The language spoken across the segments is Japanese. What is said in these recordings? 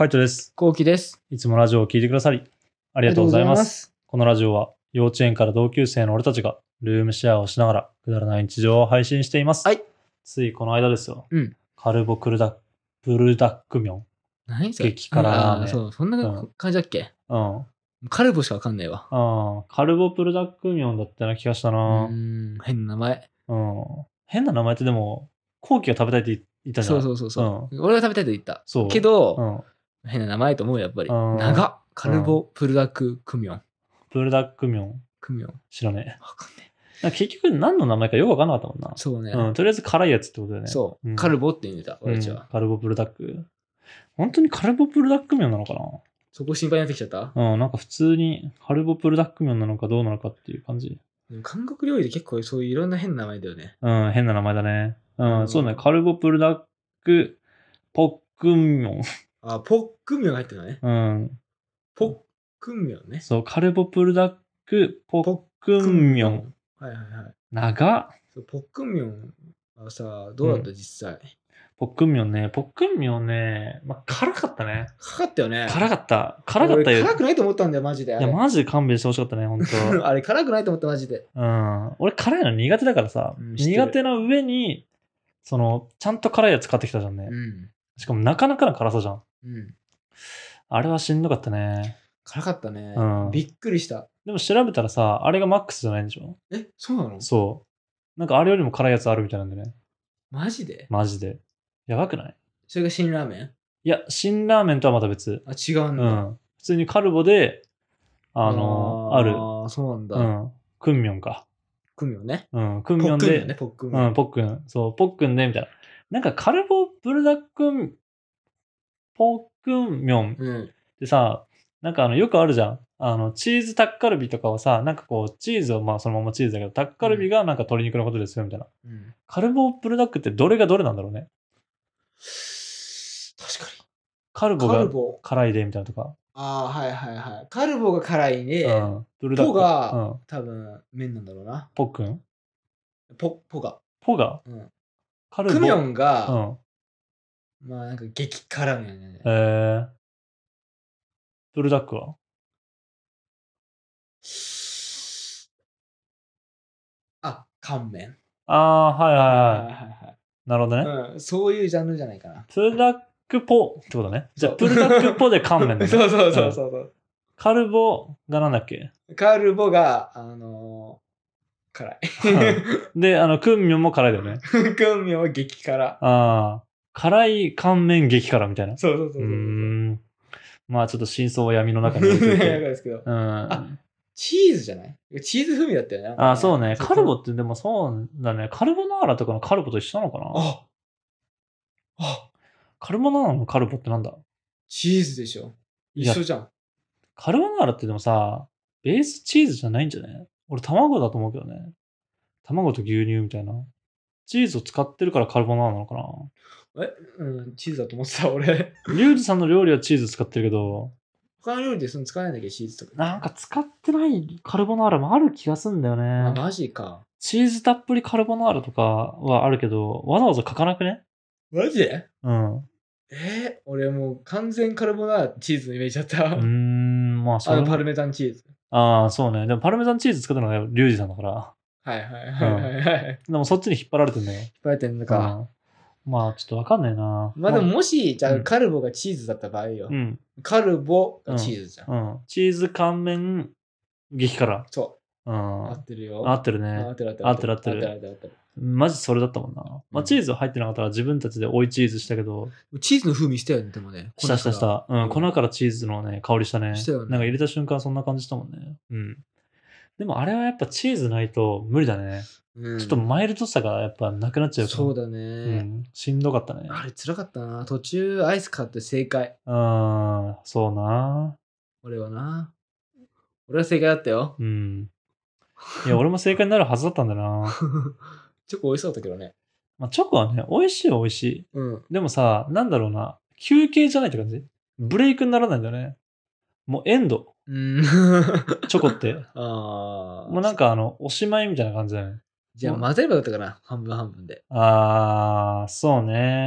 カイトです。 こうきです。 いつもラジオを聞いてくださり、ありがとうございます。このラジオは、幼稚園から同級生の俺たちが、ルームシェアをしながら、くだらない日常を配信しています。 はい。 ついこの間ですよ。 うん。 カルボブルダックミョン。 何それ激辛ラーメン。 そう、そんな感じだっけ？ うん。 カルボしかわかんないわ。 カルボブルダックミョンだったような気がしたな。 変な名前。 変な名前ってでも、後期が食べたいって言ったじゃん。 そう。俺が食べたいと言った。 そう。 けど、変な名前と思うよ、やっぱり。長っ。カルボブルダッククミョン。 ブルダックミョン。知らねえ。 わかんねえ。結局何の名前かよくわかんなかったもんな。 そうね。 とりあえず辛いやつってことだよね。 そう。カルボって言うんだ、俺たちは。 カルボブルダック。本当にカルボブルダックミョンなのかな？ そこ心配になってきちゃった？ なんか普通にカルボブルダックミョンなのかどうなのかっていう感じ。 韓国料理で結構そういういろんな変な名前だよね。 変な名前だね。そうね。カルボブルダックポックミョン。 ポックミョンが入ってるのね。ポックミョンね。 そう、カルボブルダックポックミョン。 はい。 長っ。 ポックミョンはさ、どうだった実際。 ポックンミョンね、辛かったね。 辛かったよね。 辛かったよ。 辛くないと思ったんだよ、マジで。 いや、マジで勘弁してほしかったね、ほんと。 あれ、辛くないと思った、マジで。 俺、辛いの苦手だからさ、苦手な上に、ちゃんと辛いやつ買ってきたじゃんね。しかも、なかなかの辛さじゃん。あれはしんどかったね。 辛かったね。びっくりした。 でも、調べたらさ、あれがマックスじゃないんでしょ？ そうなの？ そう。なんか、あれよりも辛いやつあるみたいなんでね。 マジで？ マジで。やばくない？ それが辛ラーメン？ いや、辛ラーメンとはまた別。 違うんだ。 普通にカルボで、ある。 そうなんだ。 クンミョンか。 クンミョンね。 クンミョンで。 ポックン。 ポックン。そう、ポックンね、みたいな。なんかカルボブルダックポックンミョンってさ、なんかよくあるじゃん。チーズタッカルビとかはさ、なんかこう、チーズをそのままチーズだけど、タッカルビがなんか鶏肉のことですよ、みたいな。カルボブルダックってどれがどれなんだろうね。 確かに。 カルボが辛いで、みたいなとか。 はい。カルボが辛いね。ポが多分麺なんだろうな。 ポックン？ ポが。 クミョンが、なんか激辛麺ね。 ブルダックは？ 乾麺。 はい。なるほどね。そういうジャンルじゃないかな。 プルダックポってことね。じゃあ、プルダックポで乾麺だね。 そう。 カルボがなんだっけ？ カルボが、辛い。 で、クンミョンも辛いだよね。 クンミョンは激辛。 辛い乾麺激辛みたいな。 そう。 まあちょっと真相は闇の中に置いてですけど。チーズじゃない？チーズ風味だったよね。 そうね。カルボってでもそうだね。カルボナーラとかのカルボと一緒なのかな？カルボナーラのカルボってなんだ？ チーズでしょ。一緒じゃん。 カルボナーラってでもさ、ベースチーズじゃないんじゃね？俺卵だと思うけどね。卵と牛乳みたいな。チーズを使ってるからカルボナーラなのかな？ チーズだと思ってた、俺。 リュウジさんの料理はチーズ使ってるけど、 他の料理で使わないんだけど、チーズとか。 なんか使ってないカルボナーラもある気がすんだよね。 マジか。 チーズたっぷりカルボナーラとかはあるけど、わざわざ書かなくね？ マジで？俺もう完全カルボナーラチーズのイメージだった。まあそれパルメザンチーズ。 そうね。でもパルメザンチーズ作ったのがリュウジさんだから。 はい。 でもそっちに引っ張られてんだよ。 引っ張られてんのか。 まあちょっとわかんないな。 でももし、じゃあカルボがチーズだった場合よ。カルボがチーズじゃん。 チーズ乾麺激辛。 そう。合ってるよ。 合ってるね。合ってる。マジそれだったもんな。チーズ入ってなかったら自分たちで追いチーズしたけど。 チーズの風味したよね、でもね。 した。粉からチーズのね、香りしたね。 したよね。 なんか入れた瞬間そんな感じしたもんね。でもあれはやっぱチーズないと無理だね。ちょっとマイルドさがやっぱなくなっちゃうから。 そうだね。 しんどかったね。 あれ辛かったな。途中アイス買って正解。 そうな。 俺は正解だったよ。 いや、俺も正解になるはずだったんだな。 チョコ美味しそうだったけどね。 チョコはね、美味しい。でもさ、なんだろうな。休憩じゃないって感じ？ブレイクにならないんだよね。もうエンド。チョコって。もうなんかおしまいみたいな感じだよね。 じゃあ混ぜればよかったかな。半分半分で。 そうね。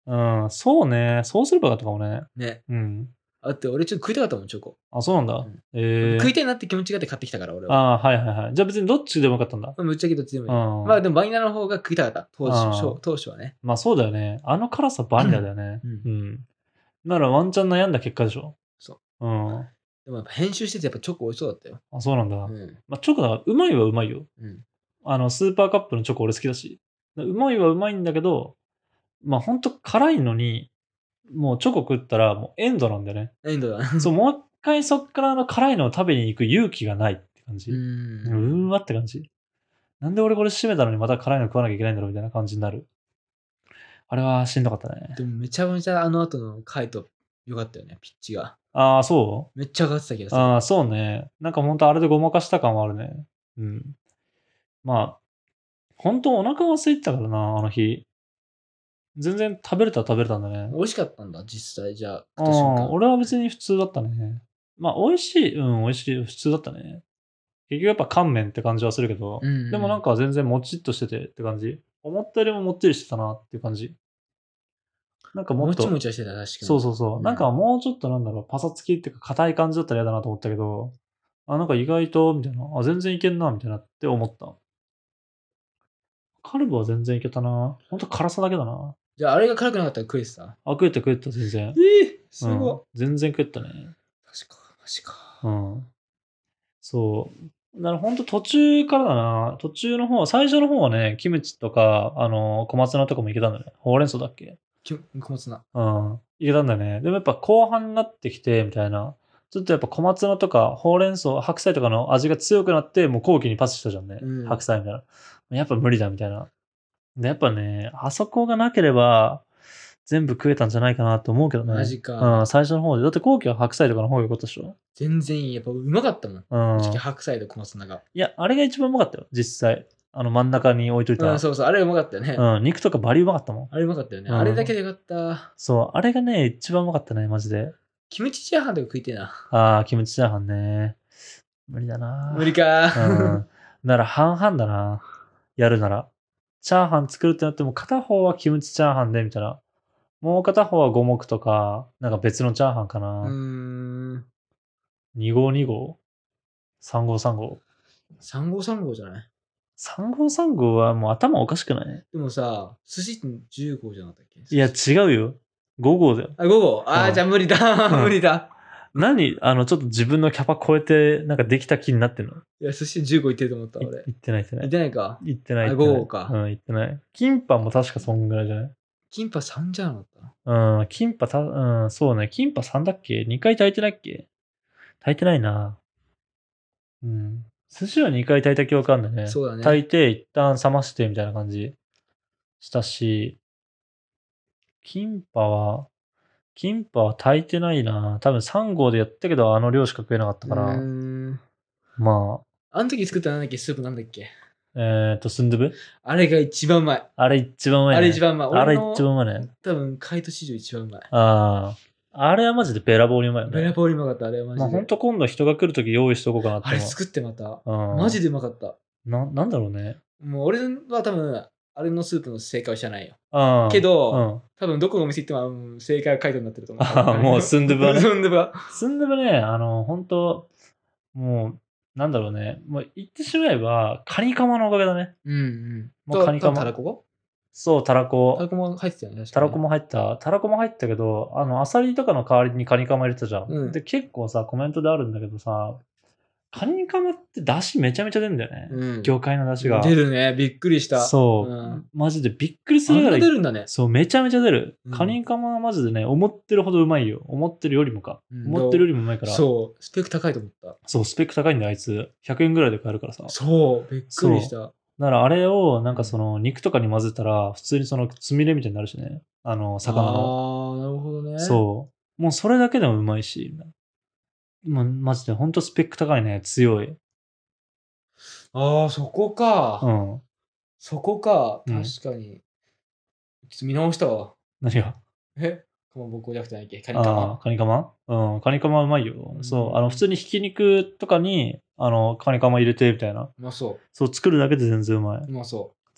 うん、そうね。そうすればよかったかもね。 ね。 うん。 だって俺ちょっと食いたかったもん、チョコ。 あ、そうなんだ。 食いたいなって気持ちがあって買ってきたから、俺は。 ああ、はいはいはい。じゃあ別にどっちでもよかったんだ。 ぶっちゃけどっちでもいい。 うんまあでもバニラの方が食いたかった。当初はね。 まあそうだよね。あの辛さバニラだよね。 うんうん。ならワンチャン悩んだ結果でしょ。 そう。 うん。 でもやっぱ編集しててやっぱチョコ美味しそうだったよ。 あ、そうなんだ。 うん。 まあチョコだからうまいはうまいよ。 うん。 スーパーカップのチョコ俺好きだし。うまいはうまいんだけど、まあほんと辛いのに、もうチョコ食ったらもうエンドなんだよね。 エンドだ。 そう、もう一回そっから辛いのを食べに行く勇気がないって感じ。うーわって感じ。なんで俺これ閉めたのにまた辛いの食わなきゃいけないんだろうみたいな感じになる。あれはしんどかったね。 でもめちゃめちゃあの後のカイト良かったよね、ピッチが。 ああ、そうめっちゃ上がってた気がする。 ああ、そうね。なんかほんとあれでごまかした感はあるね。うん。まあ、ほんとお腹は空いてたからな、あの日。全然食べれたんだね。 美味しかったんだ、実際じゃあ、 ああ、俺は別に普通だったね。まあ、美味しい、美味しい、普通だったね。結局やっぱ乾麺って感じはするけど、でもなんか全然もちっとしててって感じ。思ったよりももっちりしてたなっていう感じ。なんかもっと、 もちもちはしてた、確かに。 そうそうそう。なんかもうちょっとなんだろう、パサつきっていうか硬い感じだったら嫌だなと思ったけど、なんか意外と、みたいな。全然いけんな、みたいなって思った。カルボは全然いけたな。ほんと辛さだけだな。 じゃああれが辛くなかったら食えてた？ 食えた、全然。 すごい。全然食えたね。 マジか。 うん。そう。だからほんと途中からだな。途中の方、最初の方はね、キムチとか、小松菜とかもいけたんだね。ほうれん草だっけ？ 小松菜。 いけたんだね。でもやっぱ後半になってきて、みたいな。ちょっとやっぱ小松菜とか、ほうれん草、白菜とかの味が強くなって、もう後期にパスしたじゃんね。白菜みたいな。やっぱ無理だ、みたいな。で、やっぱね、あそこがなければ、全部食えたんじゃないかなと思うけどね。 マジか。 最初の方で。だって後期は白菜とかの方が良かったでしょ？ 全然いい。やっぱうまかったもん。白菜と小松菜が。 いや、あれが一番うまかったよ、実際。真ん中に置いといた。 そうそう、あれうまかったよね。 肉とかバリうまかったもん。 あれうまかったよね。あれだけでよかった。 そう、あれがね、一番うまかったね、マジで。 キムチチャーハンとか食いてえな。 キムチチャーハンね。無理だな。 無理か。 なら半々だな。やるなら。チャーハン作るってなっても、片方はキムチチャーハンで、みたいな。もう片方は五目とか、なんか別のチャーハンかな。2号2号 ?3 号3号 ?3 号3号じゃない？ 3号3号はもう頭おかしくない？ でもさ、寿司って10号じゃなかったっけ？ いや、違うよ。5号だよ。 5号？じゃあ無理だ。無理だ。 何ちょっと自分のキャパ超えて、なんかできた気になってんの？ いや、寿司10号いってると思った、俺。 いってない。 いってないか。 いってない。 5号か。 いってない。キンパも確かそんぐらいじゃない？ キンパ3じゃなかった？ キンパそうね。キンパ3だっけ？ 2 回炊いてないっけ？炊いてないな。寿司は2回炊いた記憶あるんだね。 そうだね。 炊いて、一旦冷まして、みたいな感じしたし、キンパは炊いてないな。多分3号でやったけど、あの量しか食えなかったから。まあ。あの時作ったなんだっけ？スープなんだっけ？ スンドゥブ？ あれが一番うまい。 あれ一番うまいね。 あれ一番うまい。 あれ一番うまいね。 多分、カイト史上一番うまい。 あれはマジでベラボーにうまいよね。 ベラボーにうまかった、あれはマジで。 ほんと今度人が来るとき用意しとこうかなって。 あれ作ってまた。マジでうまかった。 なんだろうね。 もう俺は多分、あれのスープの正解は知らないよ。けど、多分どこのお店行っても正解はカイトになってると思う。 もうスンドゥブはね。 スンドゥブは。 スンドゥブね、ほんと、もう、なんだろうね。もう言ってしまえば、カニカマのおかげだね。もうカニカマ。 タラコ？ そう、タラコ。 タラコも入ってたよね。 タラコも入ったけど、アサリとかの代わりにカニカマ入れてたじゃん。で、結構さ、コメントであるんだけどさ、カニカマって出汁めちゃめちゃ出るんだよね。魚介の出汁が。 出るね。びっくりした。 そう。マジでびっくりするぐらい。 出るんだね。 そう、めちゃめちゃ出る。カニカマはマジでね、思ってるほどうまいよ。思ってるよりもか。思ってるよりもうまいから。 そう。スペック高いと思った。 そう、スペック高いんだよ、あいつ。100円ぐらいで買えるからさ。 そう、びっくりした。 だからあれを、なんか肉とかに混ぜたら、普通につみれみたいになるしね。魚の。 なるほどね。 そう。もうそれだけでもうまいし。マジでほんとスペック高いね。強い。 そこか。そこか。確かに。ちょっと見直したわ。 何が？ かまぼこじゃなくてないっけ？カニカマ。 カニカマ？カニカマうまいよ。そう。普通にひき肉とかに、カニカマ入れて、みたいな。 うまそう。 そう、作るだけで全然うまい。 うまそう。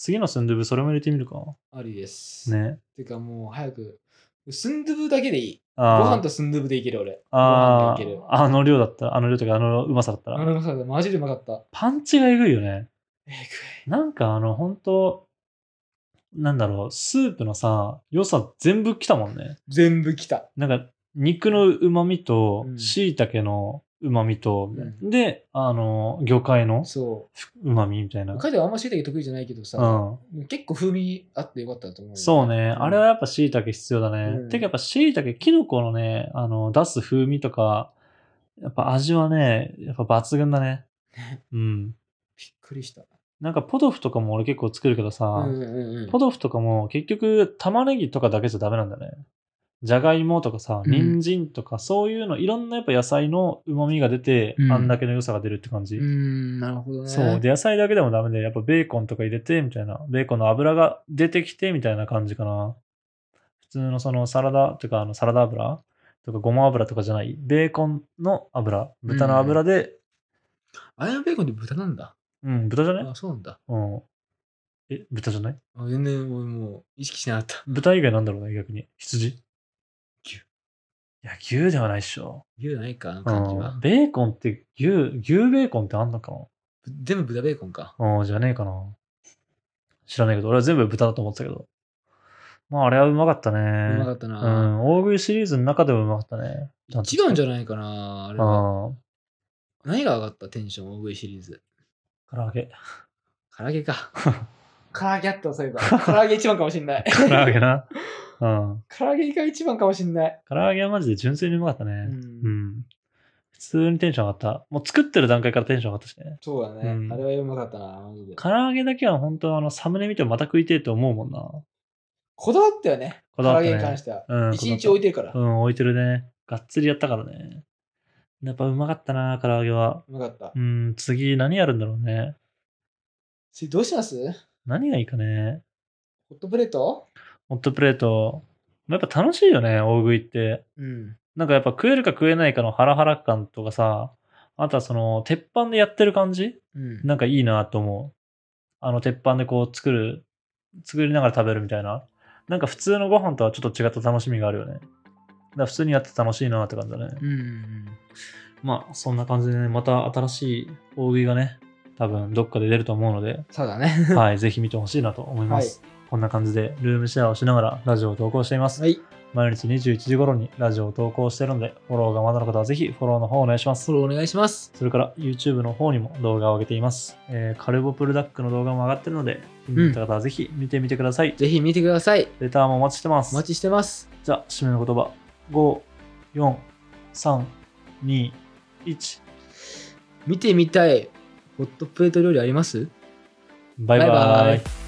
次のスンドゥブそれも入れてみるか。 ありです。 ね。 てかもう早く、スンドゥブだけでいい。ご飯とスンドゥブでいける俺。ご飯でいける。 あの量だったら、あの量とかあのうまさだったら。 あのうまさだった。マジでうまかった。 パンチがえぐいよね。 えぐい。 なんか本当なんだろう、スープのさ、良さ全部来たもんね。 全部来た。 なんか、肉の旨味と、椎茸の旨味と、で、魚介の旨味みたいな。 魚介ではあんま椎茸得意じゃないけどさ、結構風味あってよかったと思う。 そうね。あれはやっぱ椎茸必要だね。てかやっぱ椎茸、キノコのね、出す風味とか、やっぱ味はね、やっぱ抜群だね。うん。 びっくりした。 なんかポトフとかも俺結構作るけどさ、ポトフとかも結局玉ねぎとかだけじゃダメなんだね。じゃがいもとかさ、人参とかそういうの、いろんなやっぱ野菜の旨味が出て、あんだけの良さが出るって感じ。 なるほどね。 そう。で、野菜だけでもダメで、やっぱベーコンとか入れて、みたいな。ベーコンの油が出てきて、みたいな感じかな。普通のそのサラダとか、サラダ油とかごま油とかじゃない、ベーコンの油、豚の油で。 あれのベーコンって豚なんだ。 うん、豚じゃない？ あ、そうなんだ。 うん。豚じゃない？ 全然もう意識しなかった。 豚以外なんだろうね、逆に。羊？牛。いや、牛ではないっしょ。 牛じゃないか、あの感じは。 ベーコンって牛ベーコンってあんのかな？ 全部豚ベーコンか。 じゃねえかな。知らないけど、俺は全部豚だと思ってたけど。まあ、あれはうまかったね。 うまかったな。 大食いシリーズの中でもうまかったね。 一番じゃないかな、あれは。何が上がったテンション、大食いシリーズ。 唐揚げ。 唐揚げか。唐揚げあったそういえば。唐揚げ一番かもしんない。 唐揚げな。 唐揚げが一番かもしんない。 唐揚げはマジで純粋にうまかったね。普通にテンション上がった。もう作ってる段階からテンション上がったしね。 そうだね。あれはうまかったな、マジで。 唐揚げだけは本当サムネ見てもまた食いてえと思うもんな。 こだわったよね。唐揚げに関しては。一日置いてるから。 置いてるね。がっつりやったからね。やっぱうまかったな、唐揚げは。 うまかった。 次何やるんだろうね。 次どうします？ 何がいいかね。 ホットプレート？ ホットプレート。やっぱ楽しいよね、大食いって。なんかやっぱ食えるか食えないかのハラハラ感とかさ、あとはその、鉄板でやってる感じ、なんかいいなと思う。鉄板でこう作りながら食べるみたいな。なんか普通のご飯とはちょっと違った楽しみがあるよね。だから普通にやって楽しいなって感じだね。まあ、そんな感じでね、また新しい大食いがね、多分どっかで出ると思うので、 そうだね。 はい、ぜひ見てほしいなと思います。こんな感じでルームシェアをしながらラジオを投稿しています。毎日21時頃にラジオを投稿しているので、フォローがまだの方はぜひフォローの方お願いします。 フォローお願いします。 それから YouTube の方にも動画を上げています。カルボプルダックの動画も上がってるので、気に入った方はぜひ見てみてください。 ぜひ見てください。 レターもお待ちしてます。 お待ちしてます。 じゃあ、締めの言葉。5、4、3、2、1。 見てみたいホットプレート料理あります？ バイバイ。